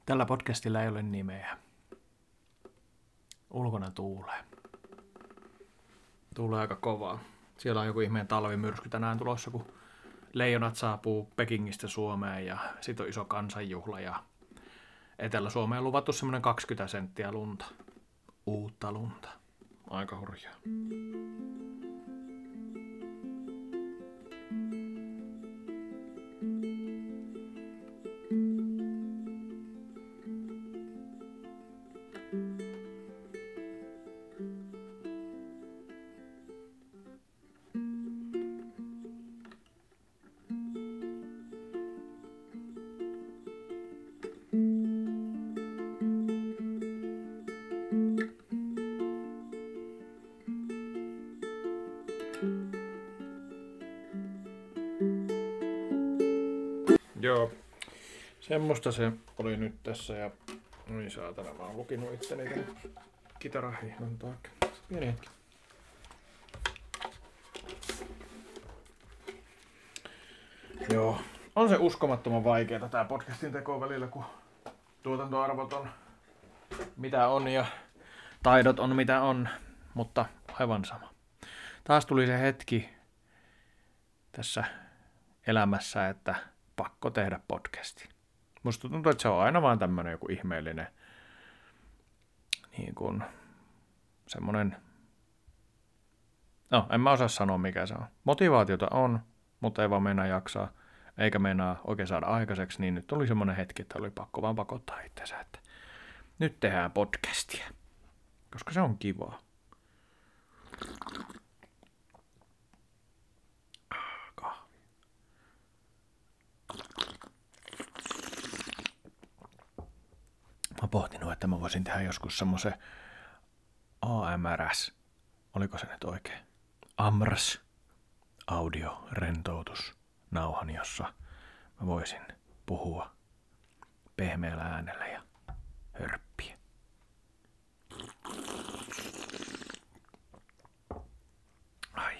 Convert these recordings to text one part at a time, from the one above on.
Tällä podcastilla ei ole nimeä. Ulkona tuulee. Tuulee aika kovaa. Siellä on joku ihmeen talvimyrsky tänään tulossa, kun leijonat saapuu Pekingistä Suomeen ja sit on iso kansanjuhla ja Etelä-Suomeen on luvattu semmoinen 20 senttiä lunta. Uutta lunta. Aika hurjaa. Joo, semmoista se oli nyt tässä ja noin saatana, mä oon lukinut itteni tänne kitarahihdon taakse. Pieni hetki. Joo, on se uskomattoman vaikeeta tää podcastin teko välillä, kun tuotantoarvot on mitä on ja taidot on mitä on, mutta aivan sama. Taas tuli se hetki tässä elämässä, että pakko tehdä podcasti. Musta tuntuu, että se on aina vaan tämmönen joku ihmeellinen niin kuin semmonen, no en mä osaa sanoa mikä se on. Motivaatiota on, mutta ei vaan meinaa jaksaa, eikä meinaa oikein saada aikaiseksi, niin nyt oli semmonen hetki, että oli pakko vaan pakottaa itsensä, että nyt tehdään podcastia, koska se on kivaa. Mä oon pohtinut, että mä voisin tehdä joskus semmoisen AMRS, oliko se nyt oikein? AMRS, audio, rentoutus, nauhan, jossa mä voisin puhua pehmeällä äänellä ja hörppiä. Ai.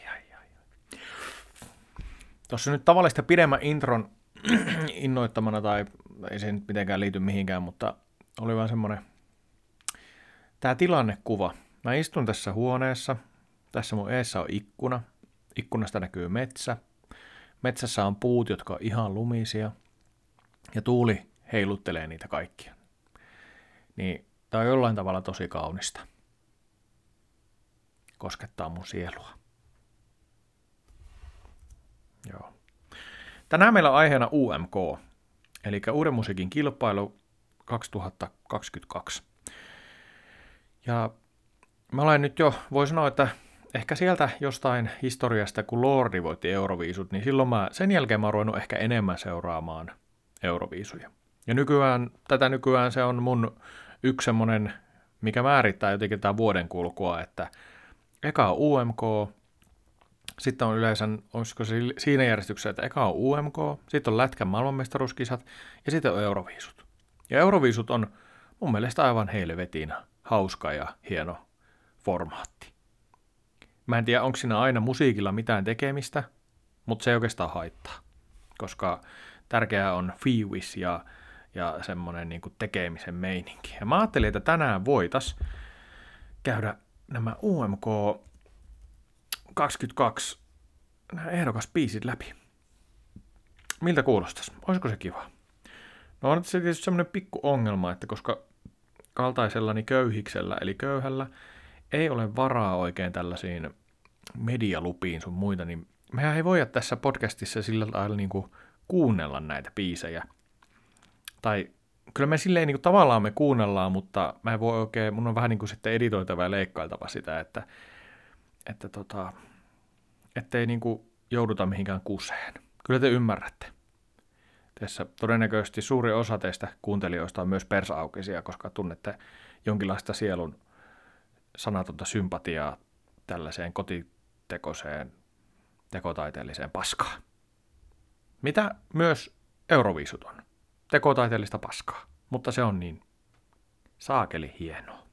Tuossa nyt tavallista pidemmän intron innoittamana, tai ei se nyt mitenkään liity mihinkään, mutta oli vaan semmonen tää tilannekuva. Mä istun tässä huoneessa. Tässä mun eessä on ikkuna. Ikkunasta näkyy metsä. Metsässä on puut, jotka on ihan lumisia. Ja tuuli heiluttelee niitä kaikkia. Niin tää on jollain tavalla tosi kaunista. Koskettaa mun sielua. Joo. Tänään meillä on aiheena UMK. Eli Uuden musiikin kilpailu 2022. Ja mä olen nyt jo, voi sanoa, että ehkä sieltä jostain historiasta, kun Lordi voitti Euroviisut, niin silloin sen jälkeen mä oon ruvennut ehkä enemmän seuraamaan Euroviisuja. Ja nykyään se on mun yksi semmonen, mikä määrittää jotenkin tämän vuoden kulkua, että eka on UMK, sitten on yleensä, olisiko se siinä järjestyksessä, että eka on UMK, sitten on Lätkän maailmanmestaruuskisat ja sitten on Euroviisut. Ja Euroviisut on mun mielestä aivan helvetin hauska ja hieno formaatti. Mä en tiedä, onko siinä aina musiikilla mitään tekemistä, mutta se ei oikeastaan haittaa, koska tärkeää on fiilis ja semmoinen niin kuin tekemisen meininki. Ja mä ajattelin, että tänään voitais käydä nämä UMK 22 nämä ehdokasbiisit läpi. Miltä kuulostaisi? Olisiko se kiva? No on se tietysti semmoinen pikku ongelma, että koska kaltaisellani köyhiksellä, eli köyhällä, ei ole varaa oikein tällaisiin medialupiin sun muita, niin mehän ei voida tässä podcastissa sillä lailla niin kuin kuunnella näitä biisejä. Tai kyllä me silleen niin kuin tavallaan me kuunnellaan, mutta mä en voi oikein, mun on vähän niin kuin sitten editoitava ja leikkailtava sitä, ettei niin kuin jouduta mihinkään kuseen. Kyllä te ymmärrätte. Tässä todennäköisesti suuri osa teistä kuuntelijoista on myös persaaukisia, koska tunnette jonkinlaista sielun sanatonta sympatiaa tällaiseen kotitekoiseen, tekotaiteelliseen paskaan. Mitä myös Euroviisut on. Tekotaiteellista paskaa, mutta se on niin saakeli hienoa.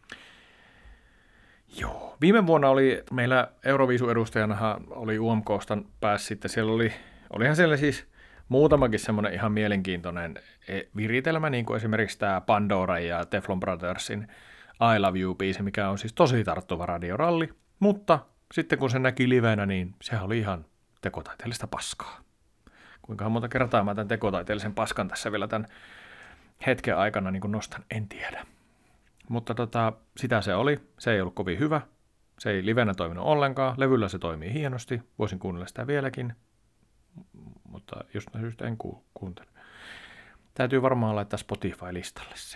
Joo. Viime vuonna oli meillä Euroviisu edustajana oli UMKsta pääsi sitten, olihan siellä siis muutamakin semmoinen ihan mielenkiintoinen viritelmä, niin kuin esimerkiksi tämä Pandora ja Teflon Brothersin I Love You-biisi, mikä on siis tosi tarttuva radioralli, mutta sitten kun se näki livenä, niin sehän oli ihan tekotaiteellista paskaa. Kuinka monta kertaa mä tämän tekotaiteellisen paskan tässä vielä tämän hetken aikana niin kuin nostan, en tiedä. Mutta sitä se oli. Se ei ollut kovin hyvä. Se ei livenä toiminut ollenkaan. Levyllä se toimii hienosti. Voisin kuunnella sitä vieläkin. Mutta jostain syystä en kuuntele. Täytyy varmaan laittaa Spotify-listalle se.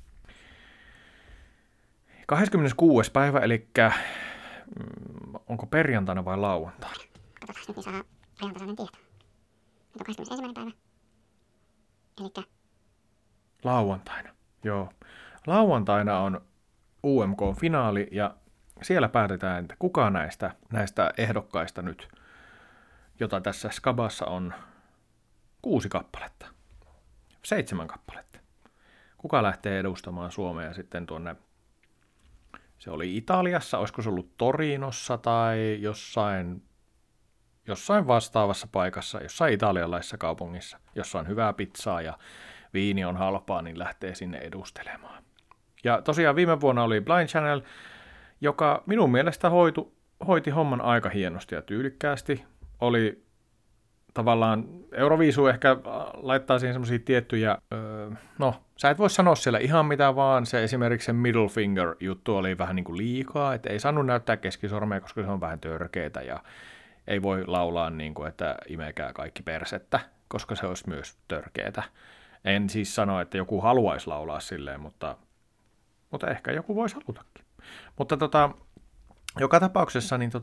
26. päivä, eli onko perjantaina vai lauantaina? Katsotaan, nyt niin saa ajantasainen tieto. Nyt on 21. päivä. Elikkä Lauantaina, joo. Lauantaina on UMK-finaali ja siellä päätetään, että kuka näistä ehdokkaista nyt, jota tässä skabassa on 6 kappaletta, 7 kappaletta. Kuka lähtee edustamaan Suomea sitten tuonne, se oli Italiassa, olisiko se ollut Torinossa tai jossain vastaavassa paikassa, jossain italialaisessa kaupungissa, jossa on hyvää pizzaa ja viini on halpaa, niin lähtee sinne edustelemaan. Ja tosiaan viime vuonna oli Blind Channel, joka minun mielestä hoiti homman aika hienosti ja tyylikkäästi. Oli tavallaan, Euroviisu ehkä laittaa siihen semmoisia tiettyjä, sä et voi sanoa siellä ihan mitä vaan, se esimerkiksi se middle finger juttu oli vähän niin kuin liikaa, että ei saanut näyttää keskisormea, koska se on vähän törkeetä ja ei voi laulaa niin kuin, että imekää kaikki persettä, koska se olisi myös törkeetä. En siis sano, että joku haluaisi laulaa silleen, mutta ehkä joku voisi halutakin. Mutta joka tapauksessa niin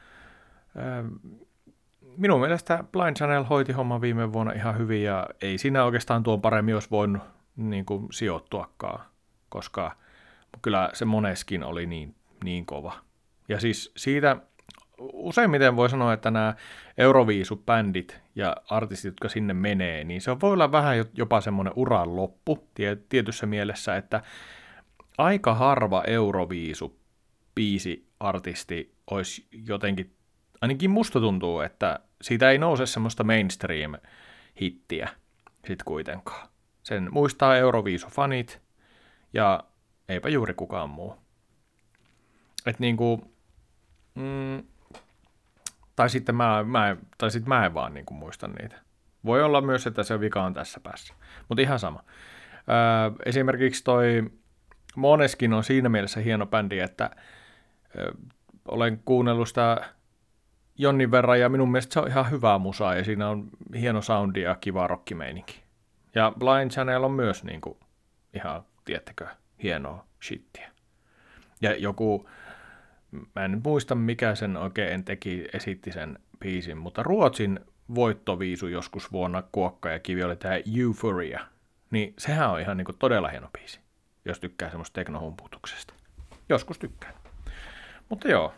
minun mielestä Blind Channel hoiti homman viime vuonna ihan hyvin ja ei siinä oikeastaan tuon paremmin olisi voinut niin kuin sijoittuakaan, koska kyllä se Måneskin oli niin kova. Ja siis siitä useimmiten voi sanoa, että nämä Euroviisu-bändit ja artistit, jotka sinne menee, niin se voi olla vähän jopa semmoinen uran loppu tietyssä mielessä, että aika harva Euroviisu-biisi-artisti olisi jotenkin, ainakin musta tuntuu, että siitä ei nouse semmoista mainstream-hittiä sit kuitenkaan. Sen muistaa Euroviisu-fanit ja eipä juuri kukaan muu. Et niinku, tai sitten mä en vaan niinku muista niitä. Voi olla myös, että se vika on tässä päässä, mutta ihan sama. Esimerkiksi toi Måneskin on siinä mielessä hieno bändi, että olen kuunnellut sitä jonnin verran ja minun mielestä se on ihan hyvää musaa ja siinä on hieno soundi ja kiva rockimeininki. Ja Blind Channel on myös niinku ihan, tiettäkö, hienoa shittiä. Ja joku, mä en nyt muista mikä sen oikein esitti sen biisin, mutta Ruotsin voittoviisu joskus vuonna Kuokka ja Kivi oli tää Euphoria. Niin sehän on ihan niinku todella hieno biisi, jos tykkää semmoista teknohumputuksesta. Joskus tykkään. Mutta joo,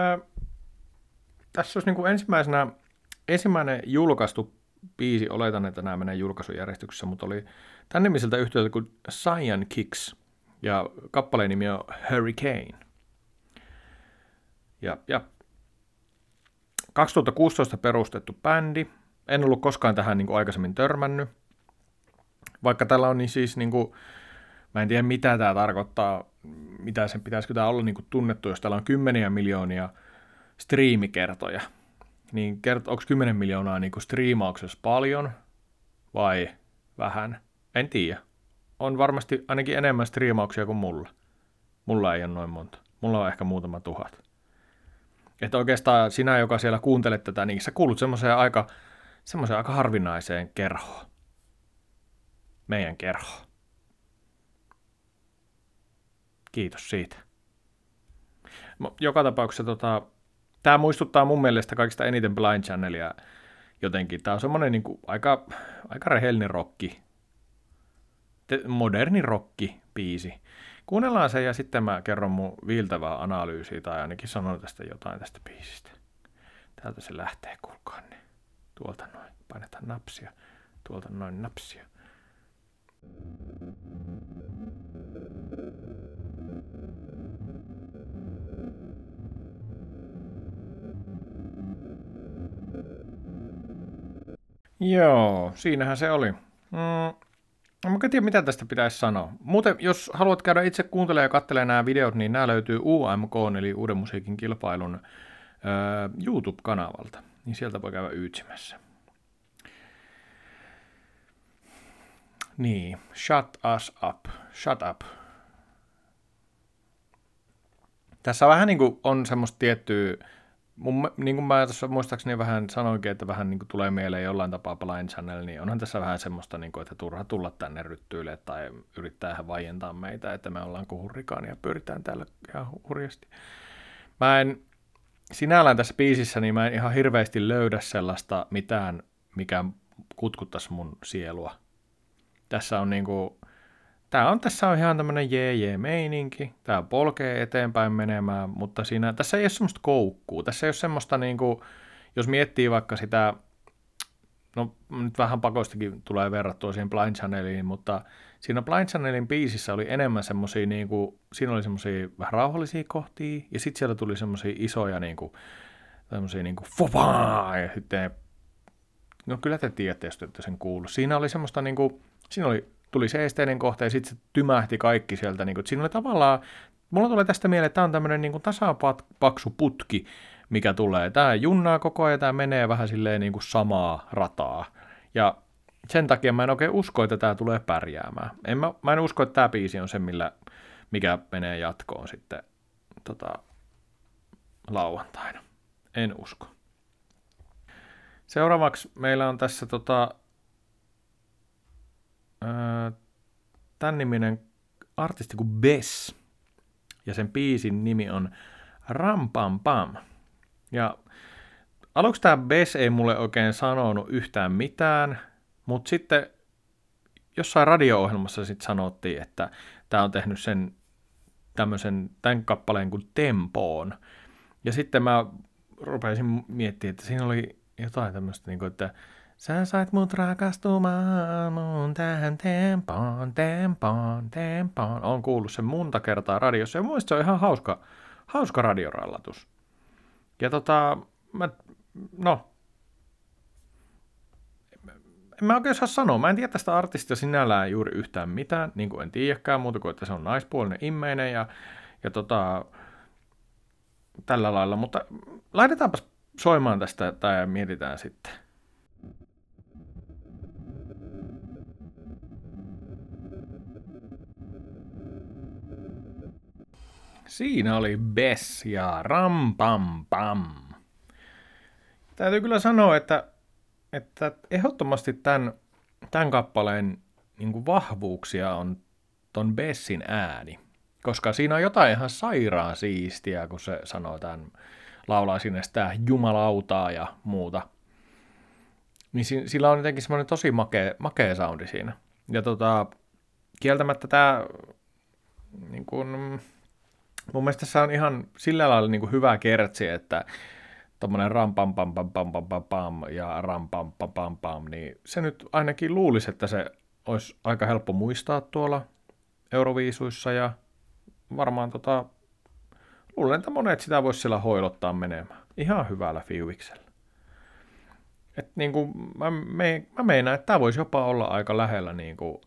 tässä olisi niinku ensimmäinen julkaistu biisi, oletan, että nämä menee julkaisujärjestyksessä, mutta oli tämän nimiseltä yhtiöltä kuin Cyan Kicks, ja kappaleen nimi on Hurricane. Ja 2016 perustettu bändi, en ollut koskaan tähän niin kuin aikaisemmin törmännyt, vaikka tällä on niin siis, niin kuin, mä en tiedä mitä tämä tarkoittaa, mitä sen pitäisikö tämä olla niin kuin tunnettu, jos täällä on 10 miljoonia striimikertoja, niin onko 10 miljoonaa niin kuin striimauksessa paljon vai vähän? En tiedä. On varmasti ainakin enemmän striimauksia kuin mulla. Mulla ei ole noin monta. Mulla on ehkä muutama tuhat. Että oikeastaan sinä, joka siellä kuuntelet tätä, niin sä kuulut semmoiseen aika harvinaiseen kerhoon. Meidän kerho. Kiitos siitä. Joka tapauksessa tämä muistuttaa mun mielestä kaikista eniten Blind Channelia jotenkin. Tämä on semmoinen niin kuin aika rehellinen rokki. Moderni rokki-biisi. Kuunnellaan se ja sitten mä kerron mun viiltävää analyysiä tai ainakin sanon tästä jotain tästä biisistä. Täältä se lähtee, kuulkaa ne. Tuolta noin. Painetaan napsia. Tuolta noin napsia. Joo, siinähän se oli. Mä en tiedä, mitä tästä pitäisi sanoa. Muuten, jos haluat käydä itse kuuntelemaan ja katselemaan nämä videot, niin nämä löytyy UMK, eli Uuden musiikin kilpailun YouTube-kanavalta. Niin sieltä voi käydä yytsimässä. Niin, shut us up. Shut up. Tässä vähän niin kuin on semmoista tiettyä, niin kuin mä tuossa muistaakseni vähän sanoinkin, että vähän niin kuin tulee mieleen jollain tapaa Blind Channel, niin onhan tässä vähän semmoista, niin kuin, että turha tulla tänne ryttyille tai yrittää ihan vaientaa meitä, että me ollaan kuin hurrikaani ja pyöritään täällä ihan hurjasti. Mä en sinällään tässä biisissä, niin mä en ihan hirveästi löydä sellaista mitään, mikä kutkuttaisi mun sielua. Tässä on niinku, tässä on ihan tämmönen jee-jee-meininki. Tää polkee eteenpäin menemään, mutta tässä ei ole semmoista koukkuu. Tässä ei ole semmoista niinku, jos miettii vaikka sitä, no nyt vähän pakostakin tulee verrattua siihen Blind Channeliin, mutta siinä Blind Channelin biisissä oli enemmän semmosia niinku, siinä oli semmosia vähän rauhallisia kohtia, ja sitten siellä tuli semmosia isoja niinku, semmosia niinku fopaa, ja sitten, no kyllä te tiedätte, jos te ette sen kuullut. Siinä oli semmoista niinku, tuli se esteinen kohta ja sitten se tymähti kaikki sieltä. Niin kuin, siinä oli tavallaan, mulla tulee tästä mieleen, että tämä on tämmöinen niin tasapaksu putki, mikä tulee. Tämä junnaa koko ajan, tämä menee vähän silleen niin kuin samaa rataa. Ja sen takia mä en oikein usko, että tämä tulee pärjäämään. Mä en usko, että tämä biisi on se, mikä menee jatkoon sitten lauantaina. En usko. Seuraavaksi meillä on tässä tämän niminen artisti kuin Bess, ja sen biisin nimi on Ram Pam Pam. Ja aluksi tämä Bess ei mulle oikein sanonut yhtään mitään, mutta sitten jossain radio-ohjelmassa sitten sanottiin, että tämä on tehnyt tämän kappaleen kuin Tempoon. Ja sitten mä rupesin miettimään, että siinä oli jotain tämmöistä, että sä sait mut rakastumaan mun tähän tempoon, tempoon, tempoon. Oon kuullut sen monta kertaa radiossa ja muista se on ihan hauska radiorallatus. Ja en mä oikein saa sanoa. Mä en tiedä tästä artistista sinällään juuri yhtään mitään, niin kuin en tiedäkään muuta kuin, että se on naispuolinen immeinen ja tällä lailla. Mutta laitetaanpas soimaan tästä tai mietitään sitten. Siinä oli Bess ja Ram Pam Pam. Täytyy kyllä sanoa, että ehdottomasti tämän kappaleen niin kuin vahvuuksia on ton Bessin ääni. Koska siinä on jotain ihan sairaan siistiä, kun se sanoo laulaa sinne sitä jumalautaa ja muuta. Niin sillä on jotenkin semmoinen tosi makea soundi siinä. Ja kieltämättä tämä niin kuin, mun mielestä tässä on ihan sillä lailla niin kuin hyvä kertsi, että tommonen ram pam pam pam pam pam pam pam ja ram pam pam pam pam, niin se nyt ainakin luulisi, että se olisi aika helppo muistaa tuolla Euroviisuissa ja varmaan luulen, että monet sitä voisi siellä hoilottaa menemään. Ihan hyvällä fiiliksellä. Et niin kuin, mä meinaan, että tämä voisi jopa olla aika lähellä niin kuin,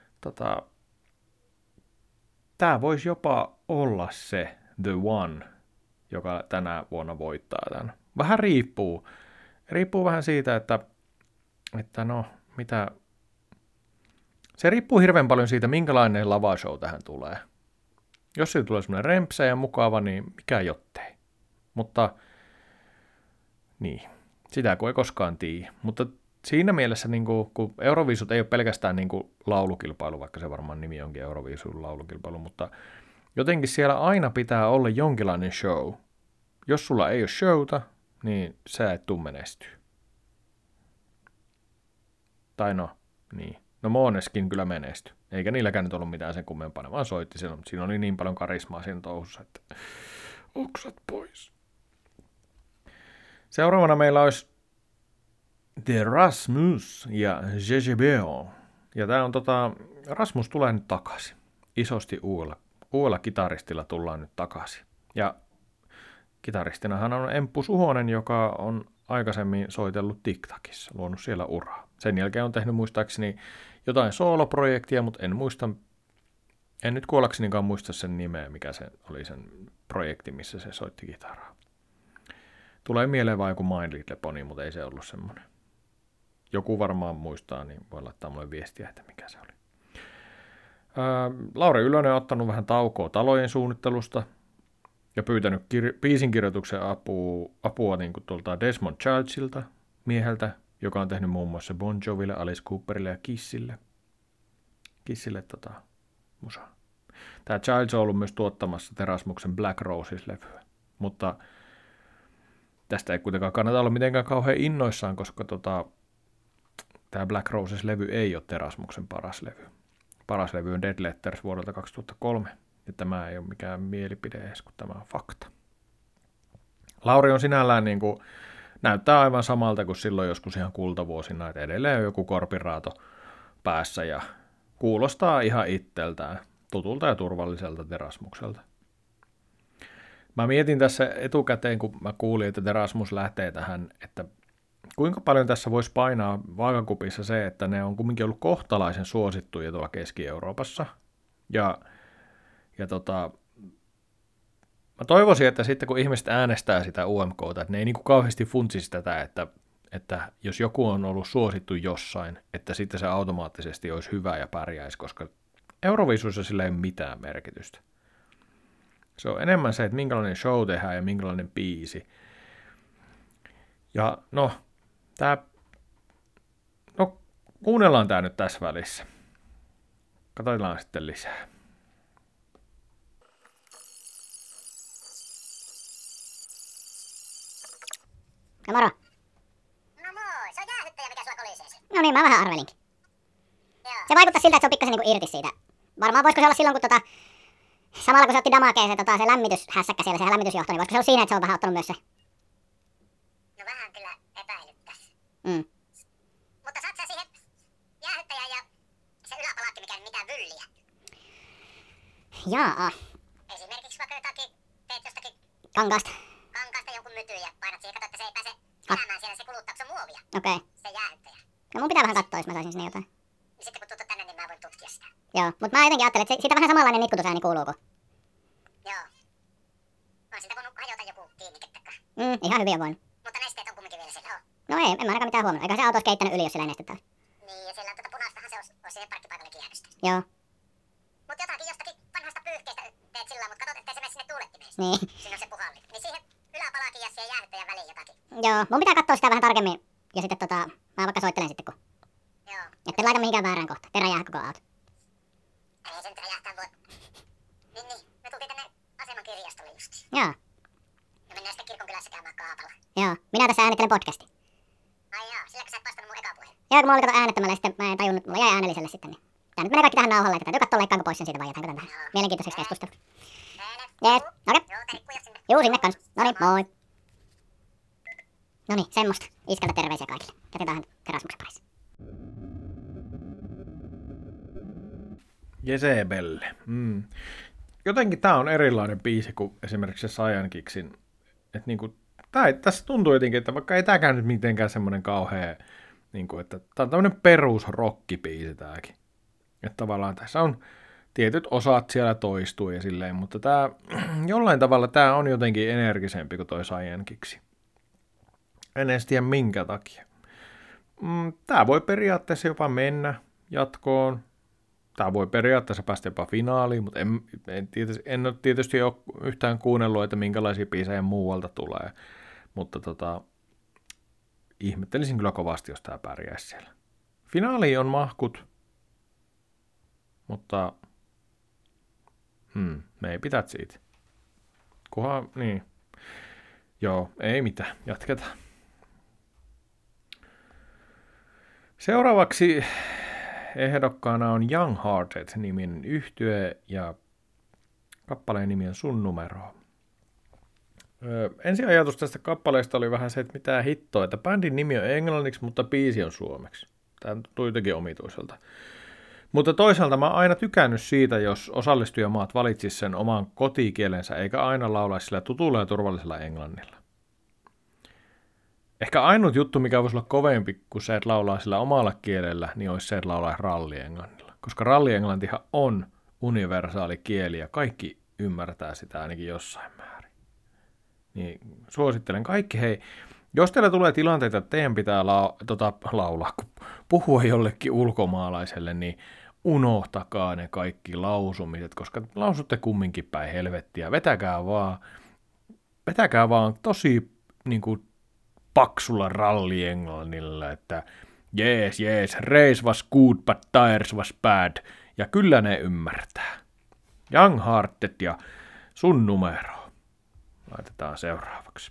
tämä voisi jopa olla se The One, joka tänä vuonna voittaa tämän. Vähän riippuu. Riippuu vähän siitä, että no, mitä. Se riippuu hirveän paljon siitä, minkälainen lavashow tähän tulee. Jos siitä tulee semmoinen rempsä ja mukava, niin mikä jottei. Mutta niin, sitä kun ei koskaan tiedä. Mutta siinä mielessä, niin kun Euroviisut ei ole pelkästään niin laulukilpailu, vaikka se varmaan nimi onkin Euroviisun laulukilpailu, mutta jotenkin siellä aina pitää olla jonkinlainen show. Jos sulla ei ole showta, niin sä et tuu menestyä. Tai no, niin. No Måneskin kyllä menestyi. Eikä niilläkään nyt ollut mitään sen kummempana, vaan soitti siellä, mutta siinä oli niin paljon karismaa siinä touhussa, että oksat pois. Seuraavana meillä olisi The Rasmus ja Jezebel. Ja tää on Rasmus tulee nyt takaisin. Isosti uudella kitaristilla tullaan nyt takaisin. Ja kitaristinahan on Emppu Suhonen, joka on aikaisemmin soitellut TikTokissa, luonut siellä uraa. Sen jälkeen on tehnyt muistaakseni jotain sooloprojektia, mutta en nyt kuollaksenikaan muista sen nimeä, mikä se oli sen projekti, missä se soitti kitaraa. Tulee mieleen vaan joku My Little Pony, mutta ei se ollut semmoinen. Joku varmaan muistaa, niin voi laittaa mulle viestiä, että mikä se oli. Lauri Ylönen on ottanut vähän taukoa talojen suunnittelusta ja pyytänyt biisinkirjoituksen apua niin kuin tuolta Desmond Childsilta, mieheltä, joka on tehnyt muun muassa Bon Joville, Alice Cooperille ja Kissille musaa. Tämä Childs on ollut myös tuottamassa Terasmuksen Black Roses-levyä, mutta tästä ei kuitenkaan kannata olla mitenkään kauhean innoissaan, koska tämä Black Roses-levy ei ole Terasmuksen paras levy. Paras levy on Dead Letters vuodelta 2003, ja tämä ei ole mikään mielipide edes, kun tämä on fakta. Lauri on sinällään niin kuin, näyttää aivan samalta kuin silloin joskus ihan kultavuosina, että edelleen on joku korpiraato päässä ja kuulostaa ihan itseltään, tutulta ja turvalliselta Terasmukselta. Mä mietin tässä etukäteen, kun mä kuulin, että Terasmus lähtee tähän, että kuinka paljon tässä voisi painaa vaakakupissa se, että ne on kumminkin ollut kohtalaisen suosittuja tuolla Keski-Euroopassa. Ja mä toivoisin, että sitten kun ihmiset äänestää sitä UMKta, että ne ei niin kuin kauheasti funtsisi tätä, että jos joku on ollut suosittu jossain, että sitten se automaattisesti olisi hyvä ja pärjäisi, koska Euroviisuissa sillä ei ole mitään merkitystä. Se on enemmän se, että minkälainen show tehdään ja minkälainen biisi. Ja kuunnellaan tämä nyt tässä välissä. Katsotaan sitten lisää. No moro. No moi, se on jäähyttäjä, mikä sulla koliseesi. No niin, mä vähän arvelinkin. Joo. Se vaikuttaa siltä, että se on pikkasen niinku irti siitä. Varmaan voisiko se olla silloin, kun samalla kun se otti damakeen se lämmityshässäkkä siellä, se lämmitysjohto, niin voisiko se olla siinä, että se on vähän ottanut myös se? No vähän kyllä epäilyttäisi. Mutta saat sä siihen jäähyttäjään ja se yläpalakki, mikä ei mitään vylliä. Jaa. Esimerkiksi vaikka teet jostakin kankaasta jonkun mytyyn ja painat siihen, että se ei pääse elämään siellä, se kuluttaa, kun se on muovia. Okei. Se jäähyttäjä. No mun pitää vähän katsoa, jos mä saisin sinne jotain. Niin sitten kun tuut tänne, niin mä voin tutkia sitä. Joo, mutta mä jotenkin ajattelen, että siitä vähän samanlainen nitkutusääni kuuluuko. Joo. On sitä voinut hajota joku kiinnikettakka. Ihan hyvin on voinut. Mutta nesteet on kumminkin vielä siellä, No ei, en mä ainakaan mitään huomannut. Eikä se auto olisi keittänyt yli, jos sillä ei nestettä olisi. Niin, ja siellä on punaistahan se olisi siihen parkkipaikallekin jäädystä. Joo. Mut jostakin vanhasta pyyhkeestä teet sillä, mutta katsot, ettei se mene sinne tuulettimeen. Niin. Siinä on se puhalli. Niin siihen yläpalakin ja siihen jäähyttäjän väliin jotakin. Joo, mun pitää katsoa sitä vähän tarkemmin. Ja sitten mä vaikka soittelen sitten, kun... Joo. Etten laita mihinkään väärään kohtaan. Terä jää koko auto. Ei sen räjähtää voi. Niin. Me tultiin tänne aseman kirjastolle just. Joo. Ja mennään sitten kirkonkylässä käymään kaapalla. Joo. Minä tässä äänittelen podcastin. Ai joo, silläkö sä et vastannut mun eka puheen? Joo, kun mä olin äänettämällä ja sitten mä en tajunnut, mulla jäi äänelliselle sitten. Niin. Tää nyt menee kaikki tähän nauhalle, että täytyy katsoa leikkaanko pois sen siitä vai jätäänkö tän tähän. Joo. Mielenkiintoiseksi keskusteluksi. Jees, okei. Joo, terkkuja sinne. Juu, sinne kans. Noniin, moi. Noniin, semmoista. Iskältä terveisiä kaikille. Jätetään Terasmuksen parissa. Jezebelle. Jotenkin tää on erilainen biisi kuin esimerkiksi se Cyan Kicksin. Että niinku, tässä tuntuu jotenkin, että vaikka ei tääkään nyt mitenkään semmoinen kauhea, niinku, että tää on tämmönen perus rockibiisi tääkin. Että tavallaan tässä on tietyt osat siellä toistuu ja silleen, mutta tää jollain tavalla tää on jotenkin energisempi kuin toi Cyan Kicks. En edes tiedä minkä takia. Tää voi periaatteessa jopa mennä jatkoon. Tää voi periaatteessa päästä jopa finaaliin, mutta en ole tietysti ole yhtään kuunnellut, että minkälaisia biisejä muualta tulee. Mutta ihmettelisin kyllä kovasti, jos tää pärjäisi siellä. Finaali on mahkut, mutta me ei pitää siitä. Niin. Joo, ei mitään. Jatketaan. Seuraavaksi ehdokkaana on Young Hearted-niminen yhtye ja kappaleen nimi on Sun numero. Ensi ajatus tästä kappaleesta oli vähän se, että mitä hittoa, että bändin nimi on englanniksi, mutta biisi on suomeksi. Tämä tuli jotenkin omituiselta. Mutta toisaalta mä oon aina tykännyt siitä, jos osallistujamaat valitsis sen oman kotikielensä, eikä aina laulaisi sillä tutulla ja turvallisella englannilla. Ehkä ainut juttu, mikä voisi olla kovempi kuin se, että laulaa sillä omalla kielellä, niin olisi se, että laulaa rallienglannilla. Koska rallienglantihan on universaali kieli ja kaikki ymmärtää sitä ainakin jossain määrin. Niin suosittelen kaikki, hei, jos teillä tulee tilanteita, että teidän pitää laulaa, puhua jollekin ulkomaalaiselle, niin unohtakaa ne kaikki lausumiset, koska lausutte kumminkin päin helvettiä. Vetäkää vaan tosi niin kuin, paksulla rallienglannilla, että jees, race was good, but tires was bad. Ja kyllä ne ymmärtää. Young Hearted ja sun numero. Laitetaan seuraavaksi.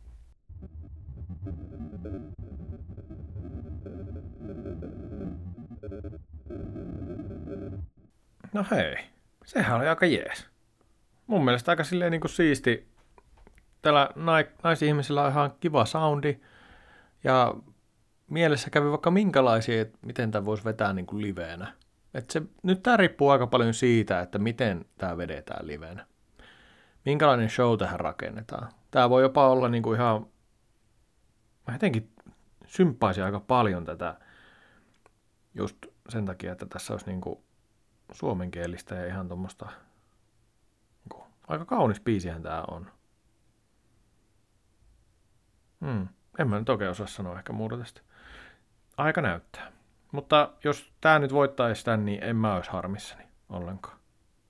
No hei, sehän oli aika jees. Mun mielestä aika silleen niin kuin siisti. Tällä naisihmisillä on ihan kiva soundi. Ja mielessä kävi vaikka minkälaisia, että miten tämä voisi vetää niin kuin liveenä. Nyt tämä riippuu aika paljon siitä, että miten tämä vedetään liveenä. Minkälainen show tähän rakennetaan. Tämä voi jopa olla niin kuin ihan... Mä jotenkin symppaisin aika paljon tätä just sen takia, että tässä olisi niin kuin suomenkielistä ja ihan tuommoista... Niin aika kaunis biisihän tämä on. En mä nyt oikein osaa sanoa ehkä muuta tästä. Aika näyttää. Mutta jos tää nyt voittaisi tän, niin en mä olisi harmissani ollenkaan.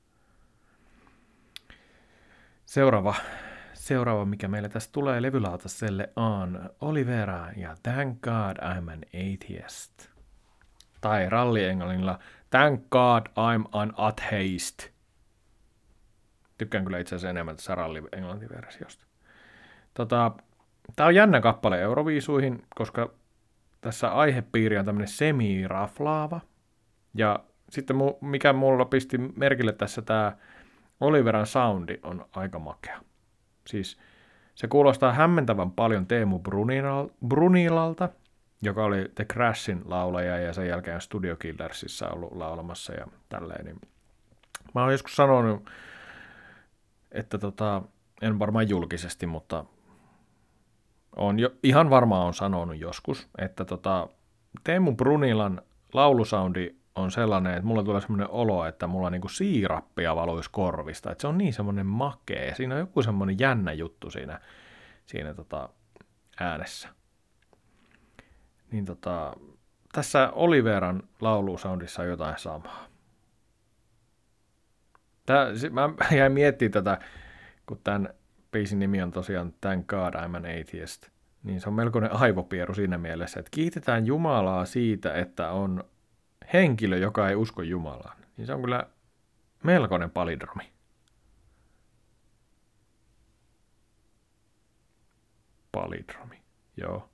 Seuraava, mikä meille tässä tulee levylautaselle, on Olivera ja Thank God I'm an Atheist. Tai rallienglannilla Thank God I'm an Atheist. Tykkään kyllä itse asiassa enemmän tässä ralli-englantiversiosta. Tää on jännä kappale Euroviisuihin, koska tässä aihepiiri on tämmöinen semi-raflaava. Ja sitten mikä mulla pisti merkille tässä tää Oliveran soundi on aika makea. Siis se kuulostaa hämmentävän paljon Teemu Brunilalta, joka oli The Crashin laulaja ja sen jälkeen Studio Killersissa ollut laulamassa ja tälleen. Niin mä oon joskus sanonut, että en varmaan julkisesti, mutta ihan varmaan on sanonut joskus, että Teemu Brunilan laulusoundi on sellainen, että mulla tulee semmoinen olo, että mulla niinku siirappia valuisi korvista. Että se on niin semmoinen makea ja siinä on joku semmoinen jännä juttu siinä äänessä. Niin tässä Oliveran laulusoundissa on jotain samaa. Mä jäin miettimään tätä, kun tämän biisin nimi on tosiaan Thank God I'm an Atheist, niin se on melkoinen aivopieru siinä mielessä, että kiitetään Jumalaa siitä, että on henkilö, joka ei usko Jumalaan. Niin se on kyllä melkoinen palindromi. Palindromi, joo.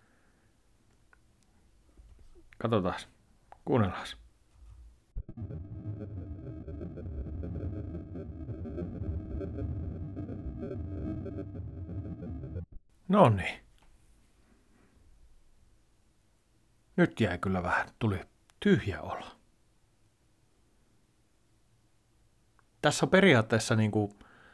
Katsotaan, kuunnellaan. No niin. Nyt jäi kyllä tuli tyhjä olo. Tässä on periaatteessa niinku...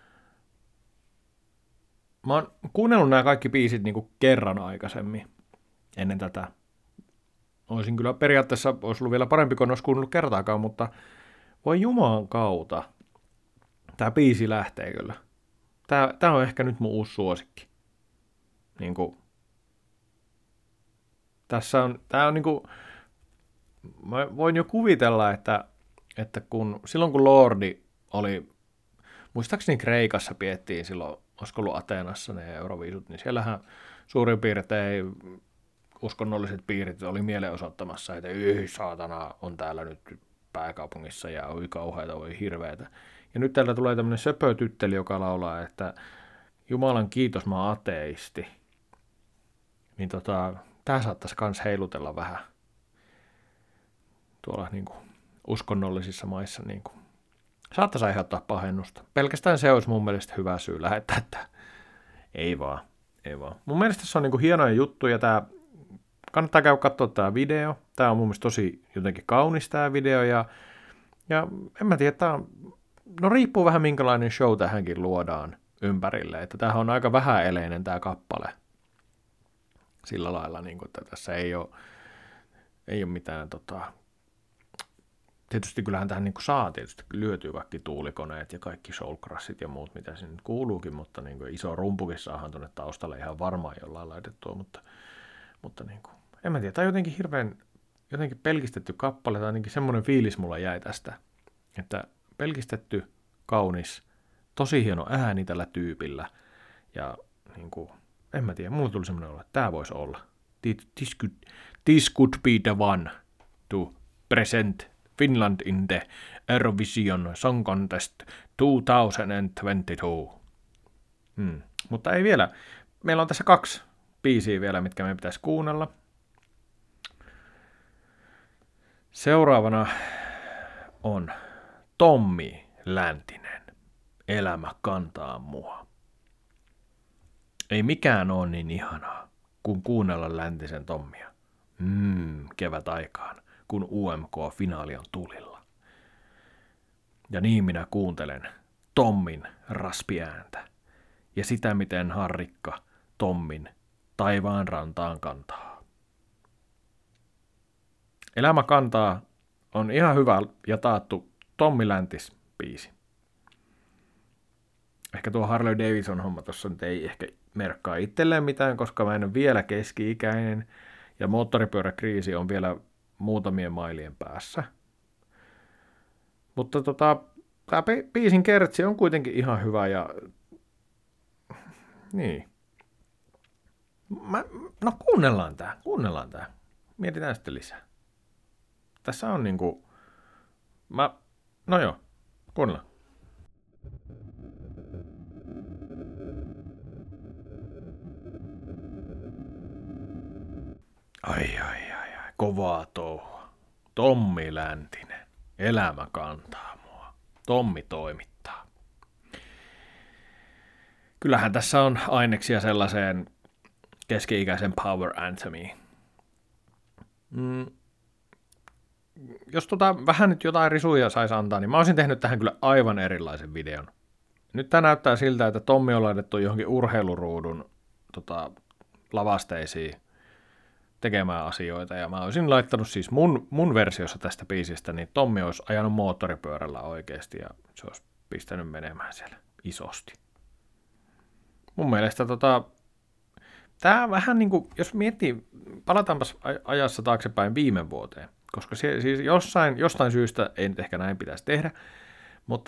Mä oon kuunnellut nämä kaikki biisit niinku kerran aikaisemmin ennen tätä. Olisin kyllä periaatteessa, olisi ollut vielä parempi, kun en olisi kuunnellut kertaakaan, mutta voi Jumalan kautta. Tää biisi lähtee kyllä. Tää on ehkä nyt mun uusi suosikki. Niinku, tää on niinku, mä voin jo kuvitella, että silloin kun Lordi oli, muistaakseni Kreikassa piettiin silloin, olisiko ollut Ateenassa ne Euroviisut, niin siellähän suurin piirtein uskonnolliset piirit oli mielenosoittamassa, että saatana on täällä nyt pääkaupungissa ja oi kauheita, oi hirveätä. Ja nyt täältä tulee tämmöinen söpötytteli, joka laulaa, että Jumalan kiitos, mä oon ateisti. Niin tää saattaisi kans heilutella vähän tuolla niinku uskonnollisissa maissa. Niinku. Saattaisi aiheuttaa pahennusta. Pelkästään se olisi mun mielestä hyvä syy lähettää, että ei vaan. Mun mielestä se on niinku hienoja juttuja. Kannattaa käydä katsoa tää video. Tää on mun mielestä tosi jotenkin kaunis tää video. Ja en mä tiedä, no riippuu vähän minkälainen show tähänkin luodaan ympärille. Että tämähän on aika vähäeleinen tää kappale. sillä lailla, niin kuin, että tässä ei ole mitään, tietysti kyllähän tähän niin kuin saa tietysti lyötyä kaikki tuulikoneet ja kaikki soulcrussit ja muut, mitä sinne kuuluukin, mutta niin kuin iso rumpukin saahan tuonne taustalle ihan varmaan jollain laitettua, mutta niin kuin, en mä tiedä, tämä on jotenkin pelkistetty kappale, tai ainakin semmoinen fiilis mulla jäi tästä, että pelkistetty, kaunis, tosi hieno ääni tällä tyypillä, ja niin kuin, en mä tiedä, mulla tuli semmoinen olo, että tämä voisi olla. This could be the one to present Finland in the Eurovision Song Contest 2022. Mutta ei vielä. Meillä on tässä 2 biisiä vielä, mitkä meidän pitäisi kuunnella. Seuraavana on Tommi Läntinen. Elämä kantaa mua. Ei mikään ole niin ihanaa, kun kuunnella Läntisen Tommia. Kevät aikaan, kun UMK-finaali on tulilla. Ja niin minä kuuntelen Tommin raspiääntä ja sitä, miten harrikka Tommin taivaan rantaan kantaa. Elämä kantaa on ihan hyvä ja taattu Tommi Läntis-biisi. Ehkä tuo Harley Davidson homma tuossa nyt ei ehkä merkkaa itselleen mitään, koska mä en ole vielä keski-ikäinen ja moottoripyöräkriisi on vielä muutamien mailien päässä. Mutta tämä biisin kertsi on kuitenkin ihan hyvä ja niin. No kuunnellaan tää. Mietitään sitten lisää. Tässä on niinku, no joo, kuunnellaan. Ai, kovaa touhua. Tommi Läntinen. Elämä kantaa mua. Tommi toimittaa. Kyllähän tässä on aineksia sellaiseen keski-ikäisen power anthemiin. Jos vähän nyt jotain risuja saisi antaa, niin mä olisin tehnyt tähän kyllä aivan erilaisen videon. Nyt tää näyttää siltä, että Tommi on laitettu johonkin urheiluruudun lavasteisiin tekemään asioita, ja mä olisin laittanut siis mun versiossa tästä biisistä, niin Tommi olisi ajanut moottoripyörällä oikeasti, ja se olisi pistänyt menemään siellä isosti. Mun mielestä tää vähän niin kuin, jos miettii, palataanpas ajassa taaksepäin viime vuoteen, koska siis jostain syystä, ei nyt ehkä näin pitäisi tehdä, mutta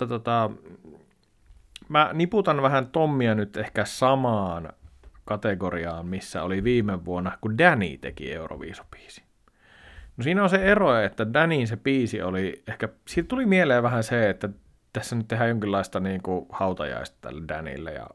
mä niputan vähän Tommia nyt ehkä samaan kategoriaan, missä oli viime vuonna, kun Danny teki Euroviisubiisi. No siinä on se ero, että Dannyn se biisi oli, ehkä siitä tuli mieleen vähän se, että tässä nyt tehdään jonkinlaista niin kuin hautajaista tälle Dannylle, ja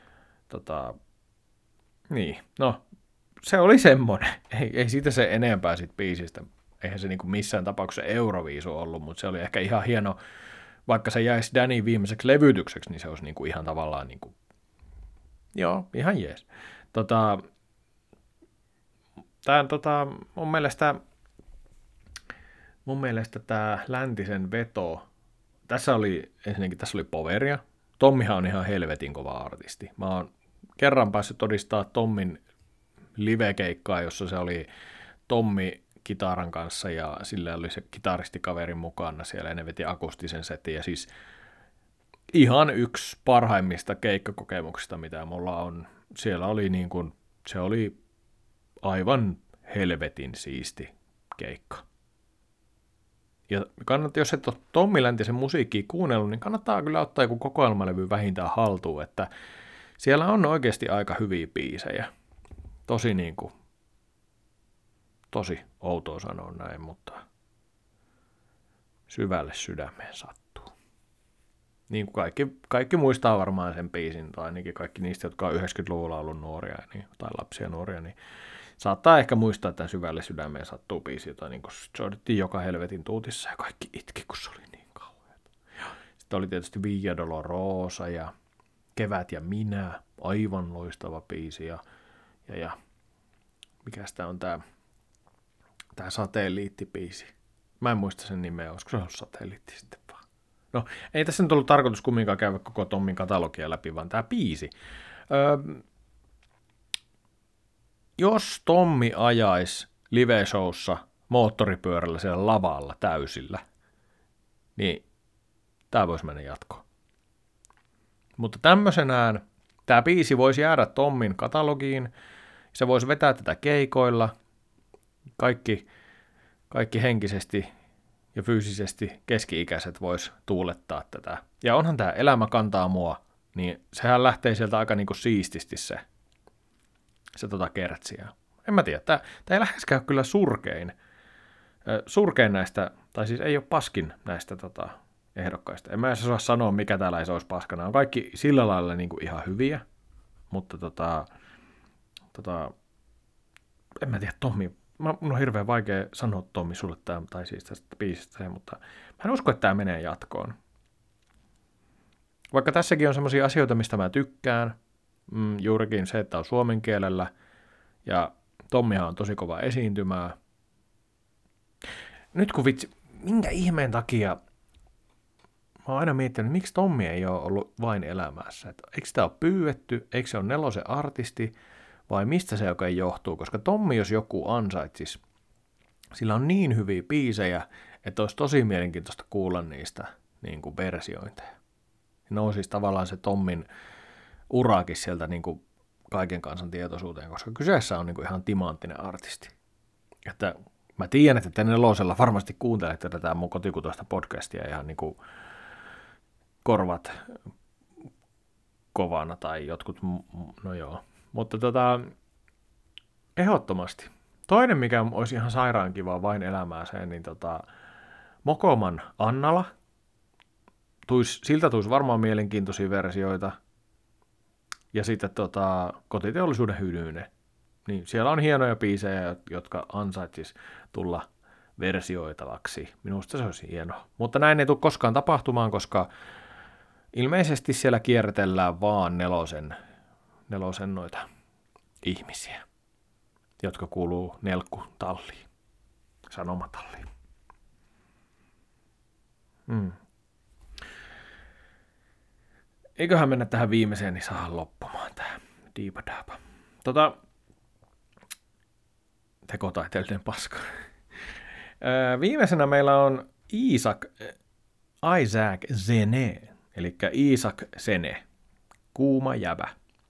niin, no, se oli semmoinen, ei siitä se enempää siitä biisistä, eihän se niin kuin missään tapauksessa Euroviisu ollut, mutta se oli ehkä ihan hieno, vaikka se jäisi Danny viimeiseksi levytykseksi, niin se olisi niin kuin ihan tavallaan niin kuin, joo, ihan jees. Mun mielestä tämä Läntisen veto, tässä oli poveria. Tommihan on ihan helvetin kova artisti. Mä oon kerran päässyt todistaa Tommin live-keikkaa, jossa se oli Tommi kitaran kanssa ja sillä oli se kitaristikaveri mukana siellä ja ne veti akustisen setin ja siis ihan yksi parhaimmista keikkakokemuksista, mitä mulla on. Siellä oli niin kuin, se oli aivan helvetin siisti keikka. Ja jos et ole Tommi Läntisen musiikkia kuunnellut, niin kannattaa kyllä ottaa joku kokoelmalevy vähintään haltuun, että siellä on oikeasti aika hyviä biisejä. Tosi outoa sanoa näin, mutta syvälle sydämeen sattuu. Niin kuin kaikki muistaa varmaan sen biisin, tai ainakin kaikki niistä, jotka on 90-luvulla ollut nuoria tai lapsia nuoria, niin saattaa ehkä muistaa, että syvälle sydämeen sattuu biisi, jota niin soitettiin joka helvetin tuutissa ja kaikki itki, kun se oli niin kauheata. Sitten oli tietysti Via Dolorosa ja Kevät ja minä, aivan loistava biisi ja mikäs tää on tää satelliittibiisi. Mä en muista sen nimeä, olisiko se ollut satelliitti sitten vaan. No, ei tässä nyt ollut tarkoitus kumminkaan käydä koko Tommin katalogia läpi, vaan tää biisi. jos Tommi ajaisi live-showssa moottoripyörällä siellä lavalla täysillä, niin tämä voisi mennä jatkoon. Mutta tämmöisenään tämä biisi voisi jäädä Tommin katalogiin, se voisi vetää tätä keikoilla, kaikki henkisesti ja fyysisesti keski-ikäiset vois tuulettaa tätä. Ja onhan tämä Elämä kantaa mua, niin sehän lähtee sieltä aika niinku siististi se kertsiä. En mä tiedä, tämä ei läheskään kyllä surkein näistä, tai siis ei ole paskin näistä ehdokkaista. En mä edes osaa sanoa, mikä täällä ei olisi paskana. On kaikki sillä lailla niinku ihan hyviä, mutta en mä tiedä, Tommi, mun on hirveän vaikea sanoa Tommi sulle tämä, tai siis tästä biisistä se, mutta mä en usko, että tämä menee jatkoon. Vaikka tässäkin on semmoisia asioita, mistä mä tykkään, juurikin se, että on suomen kielellä, ja Tommihan on tosi kova esiintymää. Nyt kun vitsi, minkä ihmeen takia, mä oon aina miettinyt, miksi Tommi ei ole ollut vain elämässä. Että eikö sitä ole pyydetty, eikö se ole Nelosen artisti, vai mistä se oikein johtuu? Koska Tommi, jos joku ansaitsisi, sillä on niin hyviä biisejä, että olisi tosi mielenkiintoista kuulla niistä niin kuin versiointeja. Nousisi tavallaan se Tommin uraakin sieltä niin kuin kaiken kansan tietoisuuteen, koska kyseessä on niin kuin ihan timanttinen artisti. Että mä tiedän, että te Nelosella varmasti kuuntelette tätä mun kotikutoista podcastia ihan niin kuin korvat kovana tai jotkut, no joo. Mutta ehdottomasti. Toinen, mikä olisi ihan sairaan kivaa vain elämääseen, niin Mokoman Annala. Siltä tulisi varmaan mielenkiintoisia versioita. Ja sitten Kotiteollisuuden Hynyne. Niin siellä on hienoja biisejä, jotka ansaitsis tulla versioitavaksi. Minusta se olisi hienoa. Mutta näin ei tule koskaan tapahtumaan, koska ilmeisesti siellä kierretellään vaan Nelosen noita ihmisiä, jotka kuuluu Nelkku-talliin, Sanomatalliin. Eiköhän mennä tähän viimeiseen, niin saadaan loppumaan tämä diipadaapa. Tekotaiteellinen paska. Viimeisenä meillä on Isaac Sene, eli Isaac Sene, Kuuma jäbä.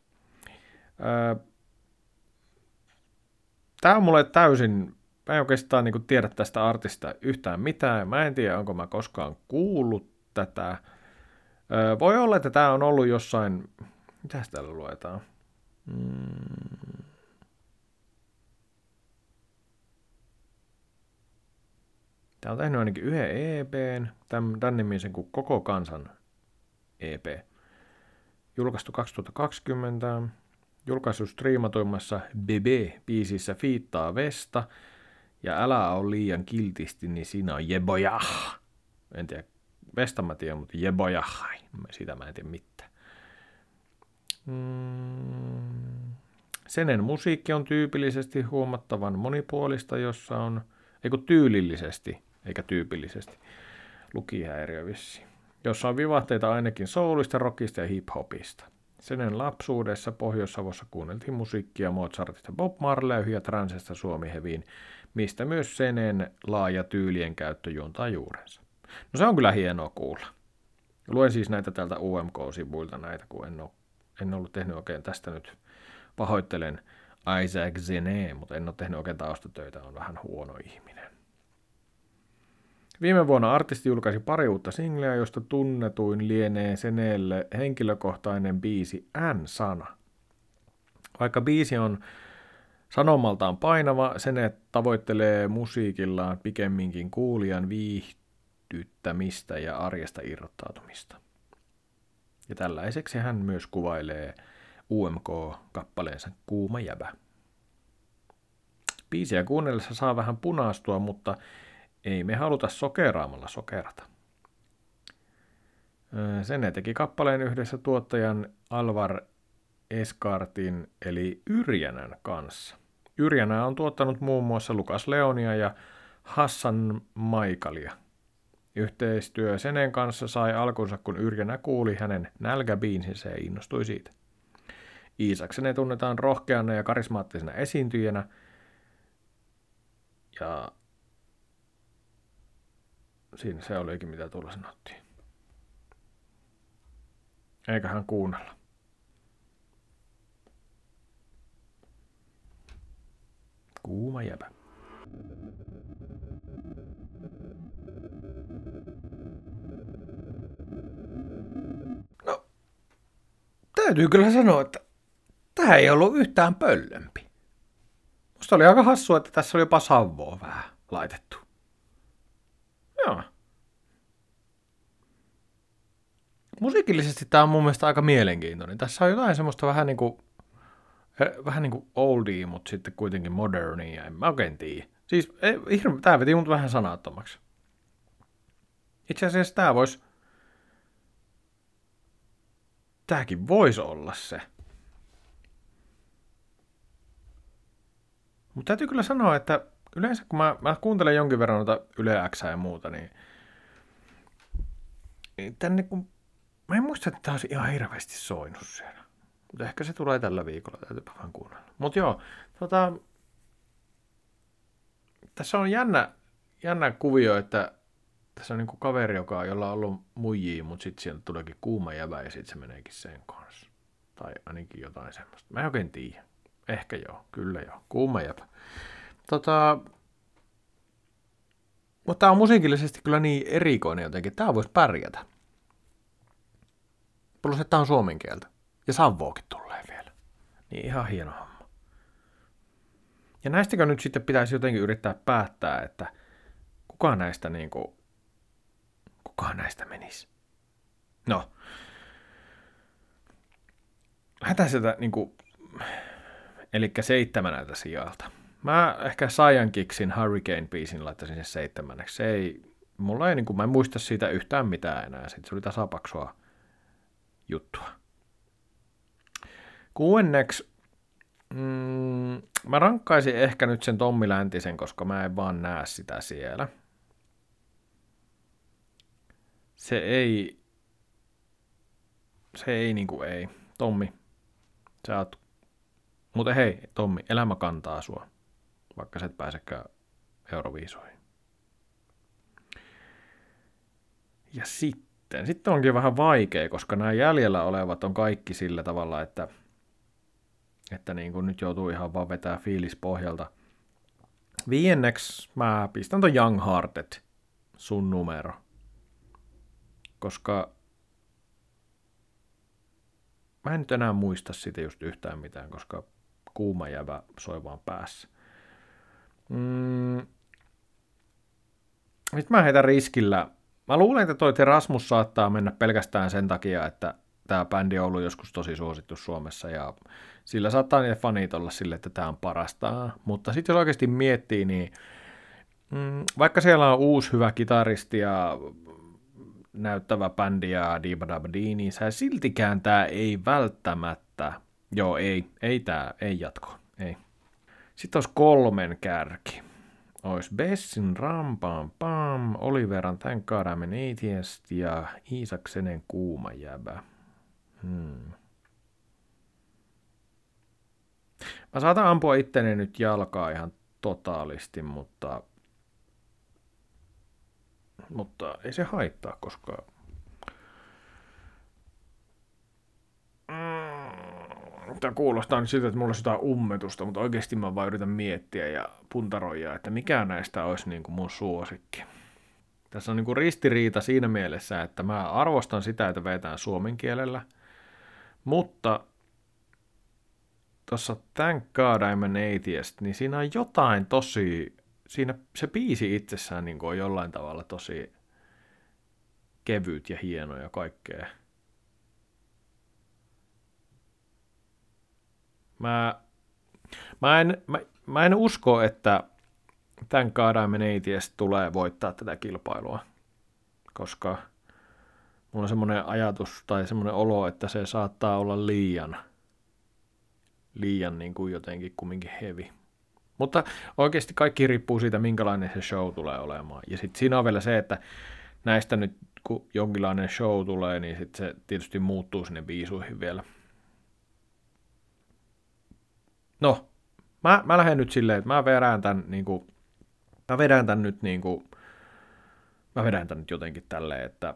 Tämä on mulle täysin, mä en oikeastaan niin tiedä tästä artista yhtään mitään, mä en tiedä, onko mä koskaan kuullut tätä. Voi olla, että tämä on ollut jossain, mitäs täällä luetaan? Tämä on tehnyt ainakin yhden EPn, tämän nimisen kuin Koko kansan EP. Julkaistu 2020, julkaisu striimatoimassa Bebe-biisissä Fiittaa Vesta, ja Älä ole liian kiltisti, niin siinä on Jebojah. En tiedä, Vesta mä tiedän, mutta Jebojah, siitä mä en tiedä mitään. Senen musiikki on tyypillisesti huomattavan monipuolista, jossa on, tyylillisesti, eikä tyypillisesti, lukihäiriö vissiin, jossa on vivahteita ainakin soulista, rockista ja hiphopista. Senen lapsuudessa Pohjois-Savossa kuunneltiin musiikkia Mozartista Bob Marleyhin ja Transesta Suomi-heviin, mistä myös Senen laaja tyylien käyttö juontaa juurensa. No se on kyllä hienoa kuulla. Luen siis näitä täältä UMK-sivuilta näitä, kun en ollut tehnyt oikein tästä nyt. Pahoittelen Isaac Sene, mutta en ole tehnyt oikein taustatöitä, on vähän huono ihminen. Viime vuonna artisti julkaisi pari uutta singleä, josta tunnetuin lienee Senelle henkilökohtainen biisi N-sana. Vaikka biisi on sanomaltaan painava, Sene tavoittelee musiikillaan pikemminkin kuulijan viihdyttämistä ja arjesta irrottautumista. Ja tällaiseksi hän myös kuvailee UMK-kappaleensa Kuuma jäbä. Biisiä kuunnellessa saa vähän punaastua, mutta ei me haluta sokeraamalla sokerata. Sene teki kappaleen yhdessä tuottajan Alvar Eskartin eli Yrjänän kanssa. Yrjänä on tuottanut muun muassa Lukas Leonia ja Hassan Maikalia. Yhteistyö Senen kanssa sai alkunsa, kun Yrjänä kuuli hänen nälkäbiisinsä ja innostui siitä. Iisaksenen tunnetaan rohkeana ja karismaattisena esiintyjänä. Ja siinä se olikin, mitä tuolla sanottiin. Eiköhän kuunnella. Kuuma jäbä. No, täytyy kyllä sanoa, että tämä ei ollut yhtään pöllömpi. Musta oli aika hassua, että tässä oli jopa savvoa vähän laitettu. Joo. Musiikillisesti tämä on mun mielestä aika mielenkiintoinen. Tässä on jotain semmoista vähän niin kuin oldie, mutta sitten kuitenkin modernia, en mä oikein tiedä. Siis tämä veti mut vähän sanattomaksi. Itse asiassa tämäkin voisi olla se. Mutta täytyy kyllä sanoa, että yleensä kun mä kuuntelen jonkin verran noita Yle X ja muuta, niin tänne kun mä en muista, että tämä olisi ihan hirveästi soinut siellä. Mutta ehkä se tulee tällä viikolla, täytyypä vaan kuunnella. Mutta joo, tässä on jännä kuvio, että tässä on niinku kaveri, jolla on ollut muijia, mutta sitten sieltä tuleekin kuuma jävä ja sitten se meneekin sen kanssa. Tai ainakin jotain semmoista. Mä en oikein tiedä. Ehkä joo, kyllä joo. Kuuma jävä. Mutta tämä on musiikillisesti kyllä niin erikoinen jotenkin. Tämä voisi pärjätä. Plus, että tämä on suomen kieltä. Ja savvoakin tulee vielä. Niin ihan hieno homma. Ja näistäkö nyt sitten pitäisi jotenkin yrittää päättää, että kuka näistä menisi? No. Lähdetään sieltä elikkä 7. sijalta. Mä ehkä Cyan Kicksin Hurricane-biisin laittaisin sen 7. Mulla ei mä en muista siitä yhtään mitään enää. Sitten se oli tasapaksua juttua. 6. Mä rankkaisin ehkä nyt sen Tommi Läntisen, koska mä en vaan näe sitä siellä. Se ei ei. Tommi, sä oot. Mutta hei, Tommi, elämä kantaa sua, vaikka sä et pääsekään Euroviisoihin. Ja sitten onkin vähän vaikea, koska nämä jäljellä olevat on kaikki sillä tavalla, että niin kuin nyt joutuu ihan vaan vetää fiilis pohjalta. 5. mä pistän ton Young Hearted, sun numero. Koska mä en nyt enää muista siitä just yhtään mitään, koska kuuma jävä soi vaan päässä. Nyt mä heitän riskillä. Mä luulen, että toi Terasmus saattaa mennä pelkästään sen takia, että tää bändi on ollut joskus tosi suosittu Suomessa ja sillä saattaa niitä fanit olla sille, että tää on parasta. Mutta sitten jos oikeasti miettii, niin vaikka siellä on uusi hyvä kitaristi ja näyttävä bändi ja diibadabadi, niin siltikään tää ei välttämättä, ei jatko, ei. Sitten olisi 3 kärki. Olisi Bessin Rampaan Pam, Oliveran Thank God I'm an Atheist ja Iisaksenen Kuuma jäbä. Mä saatan ampua itteni nyt jalkaa ihan totaalisti, mutta ei se haittaa, koska tämä kuulostaa nyt siltä, että mulla olisi jotain ummetusta, mutta oikeasti mä vaan yritän miettiä ja puntaroida, että mikä näistä olisi niin kuin mun suosikki. Tässä on niin kuin ristiriita siinä mielessä, että mä arvostan sitä, että vetään suomen kielellä, mutta tuossa Thank God I'm an Atheist, niin siinä on jotain siinä se biisi itsessään niin kuin on jollain tavalla tosi kevyt ja hieno ja kaikkea. Mä en usko, että Thank God I'm an Atheist tulee voittaa tätä kilpailua, koska mulla on semmoinen ajatus tai semmoinen olo, että se saattaa olla liian niin kuin jotenkin kumminkin heavy. Mutta oikeasti kaikki riippuu siitä, minkälainen se show tulee olemaan. Ja sitten siinä on vielä se, että näistä nyt kun jonkinlainen show tulee, niin sitten se tietysti muuttuu sinne biisuihin vielä. No, mä lähden nyt silleen, että mä vedän tän nyt jotenkin tälleen, että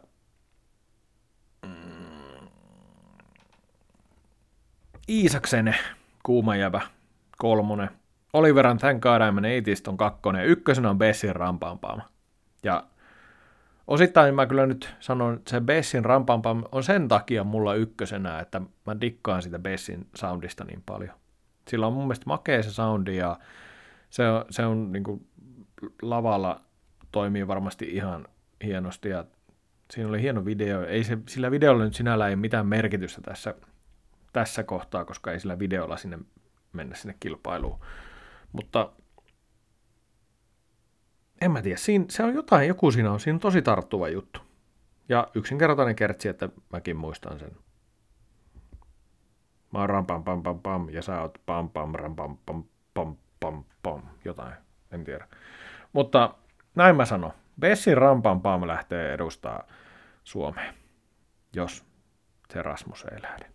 Iisaksen kuuma jäbä 3, Oliveran Thank God I'm an Atheist on 2, ja 1 on Bessin Rampampaama. Ja osittain mä kyllä nyt sanon, että se Bessin Rampampaama on sen takia mulla 1, että mä dikkaan sitä Bessin soundista niin paljon. Sillä on mun mielestä makea se soundi, ja se on niin kuin lavalla toimii varmasti ihan hienosti, ja siinä oli hieno video. Sillä videolla nyt sinällään ei mitään merkitystä tässä kohtaa, koska ei sillä videolla mennä sinne kilpailuun. Mutta en mä tiedä, se on joku siinä on tosi tarttuva juttu. Ja yksinkertainen kertsi, että mäkin muistan sen. Mä oon ram pam pam pam pam, ja sä oot pam pam ram pam pam pam pam pam, jotain, en tiedä. Mutta näin mä sanon, Bessin ram pam pam lähtee edustaa Suomeen, jos se Rasmus ei lähde.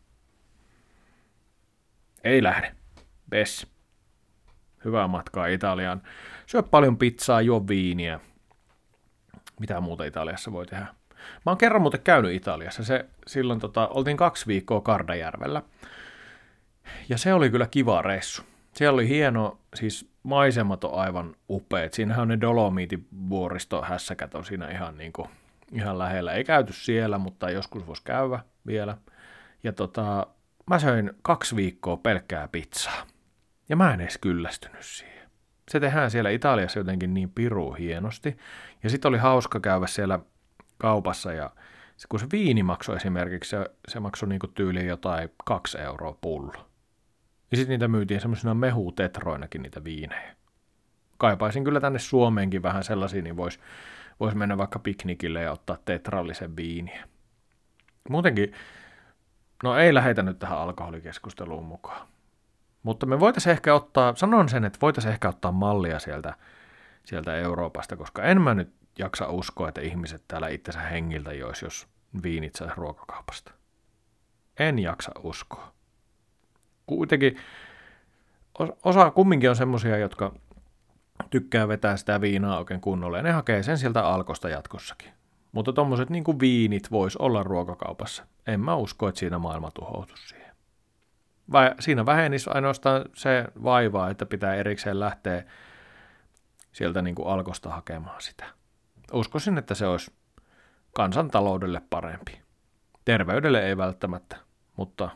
Ei lähde. Bessi. Hyvää matkaa Italiaan. Syö paljon pizzaa, juo viiniä. Mitä muuta Italiassa voi tehdä? Mä oon kerran muuten käynyt Italiassa. Silloin oltiin 2 viikkoa Kardajärvellä. Ja se oli kyllä kiva reissu. Siellä oli hieno, siis maisemat on aivan upeat. Siinähän on ne Dolomiitivuoristohässäkät on siinä ihan lähellä. Ei käyty siellä, mutta joskus voisi käydä vielä. Ja mä söin 2 viikkoa pelkkää pizzaa. Ja mä en edes kyllästynyt siihen. Se tehdään siellä Italiassa jotenkin niin pirun hienosti. Ja sitten oli hauska käydä siellä kaupassa. Ja kun se viini maksoi esimerkiksi, se maksoi niinku tyyliin jotain 2 € pullo. Ja sitten niitä myytiin semmoisina mehutetroinakin niitä viinejä. Kaipaisin kyllä tänne Suomeenkin vähän sellaisia, niin vois mennä vaikka piknikille ja ottaa tetrallisen viiniä. Muutenkin, no ei lähetä nyt tähän alkoholikeskusteluun mukaan. Mutta me voitaisiin ehkä ottaa mallia sieltä Euroopasta, koska en mä nyt jaksa uskoa, että ihmiset täällä itsensä hengiltä jos viinit saisi ruokakaupasta. En jaksa uskoa. Kuitenkin osa kumminkin on semmosia, jotka tykkää vetää sitä viinaa oikein kunnolla, ja ne hakee sen sieltä Alkosta jatkossakin. Mutta tommoset niin kuin viinit vois olla ruokakaupassa. En mä usko, että siinä maailma tuhoutuisi siihen. Vai siinä vähenisi ainoastaan se vaivaa, että pitää erikseen lähteä sieltä niin kuin Alkosta hakemaan sitä. Uskoisin, että se olisi kansantaloudelle parempi. Terveydelle ei välttämättä, mutta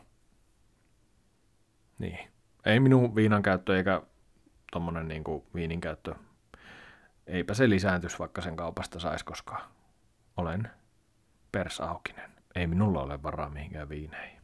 niin. Ei minun viinan käyttö eikä tommonen niin kuin viinin käyttö. Eipä se lisääntyisi, vaikka sen kaupasta saisi, koska olen persaukinen. Ei minulla ole varaa mihinkään viineihin.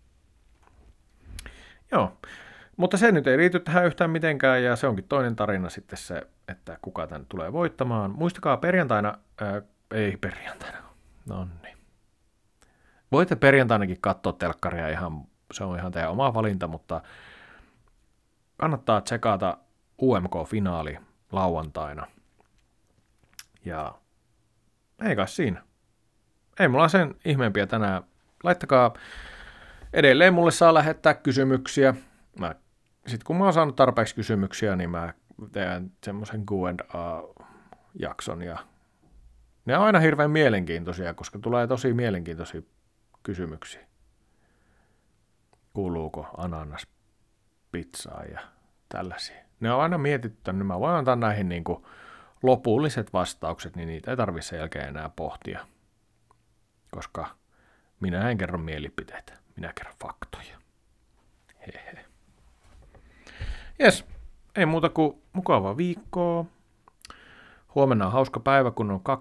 Joo, mutta se nyt ei liity tähän yhtään mitenkään, ja se onkin toinen tarina sitten se, että kuka tän tulee voittamaan. Muistakaa ei perjantaina, no niin. Voitte perjantainakin katsoa telkkaria, se on ihan teidän oma valinta, mutta kannattaa tsekata UMK-finaali lauantaina. Ja ei kai siinä. Ei mulla sen ihmeempiä tänään. Laittakaa, edelleen mulle saa lähettää kysymyksiä. Sitten kun mä oon saanut tarpeeksi kysymyksiä, niin mä teen semmoisen Q&A-jakson. Ja ne on aina hirveän mielenkiintoisia, koska tulee tosi mielenkiintoisia kysymyksiä. Kuuluuko ananas pizzaa ja tällaisia. Ne on aina mietittänyt. Mä voin antaa näihin niin kuin lopulliset vastaukset, niin niitä ei tarvitse sen jälkeen enää pohtia. Koska minä en kerro mielipiteitä, minä kerron faktoja. Hehe. Jes, ei muuta kuin mukavaa viikkoa. Huomenna on hauska päivä, kun on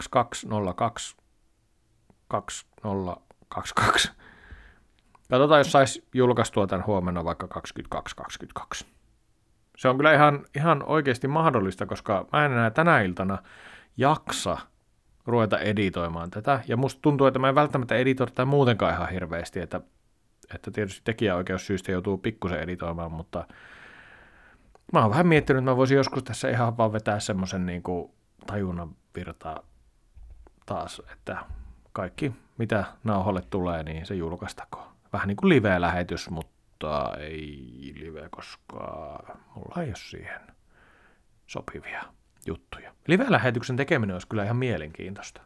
22.02.2022. Katsotaan, jos saisi julkaistua tämän huomenna vaikka 22.22. Se on kyllä ihan oikeasti mahdollista, koska mä en enää tänä iltana jaksa ruveta editoimaan tätä. Ja musta tuntuu, että mä en välttämättä editoida tätä muutenkaan ihan hirveästi, että tietysti tekijäoikeussyistä joutuu pikkusen editoimaan, mutta mä oon vähän miettinyt, että mä voisin joskus tässä ihan vaan vetää semmoisen niin kuin tajunnan virtaa taas, että kaikki mitä nauholle tulee, niin se julkaistakoon. Vähän niin kuin live-lähetys, mutta mutta ei live, koska mulla ei ole siihen sopivia juttuja. Live-lähetyksen tekeminen olisi kyllä ihan mielenkiintoista.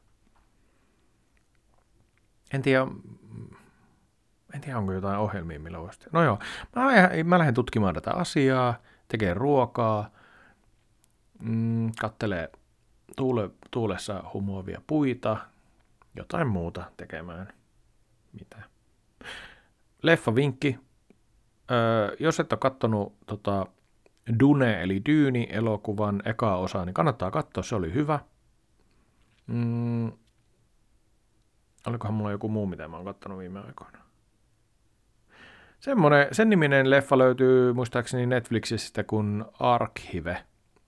En tiedä, onko jotain ohjelmia, millä voisi. No joo, mä lähden tutkimaan tätä asiaa, tekee ruokaa, kattelee tuulessa humuavia puita, jotain muuta tekemään. Mitä? Leffavinkki. Jos et ole kattonut Dune eli Dyyni-elokuvan ekaa osaa, niin kannattaa katsoa, se oli hyvä. Olikohan mulla joku muu, mitä mä oon kattonut viime aikoina? Sen niminen leffa löytyy muistaakseni Netflixistä kuin Archive.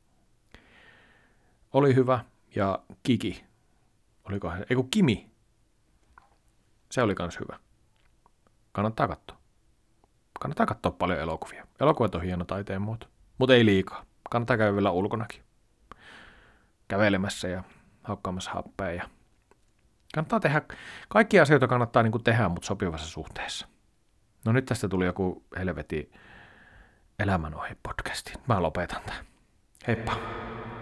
Oli hyvä. Ja Kiki. Olikohan se? Kimi. Se oli kans hyvä. Kannattaa katsoa. Kannattaa katsoa paljon elokuvia. Elokuvat on hieno taiteen muoto. Mutta ei liikaa. Kannattaa käydä vielä ulkonakin. Kävelemässä ja haukkaamassa happea. Ja kannattaa tehdä. Kaikkia asioita kannattaa niin kuin tehdä, mutta sopivassa suhteessa. No nyt tästä tuli joku helveti elämänohje podcasti. Mä lopetan tämän. Heippa.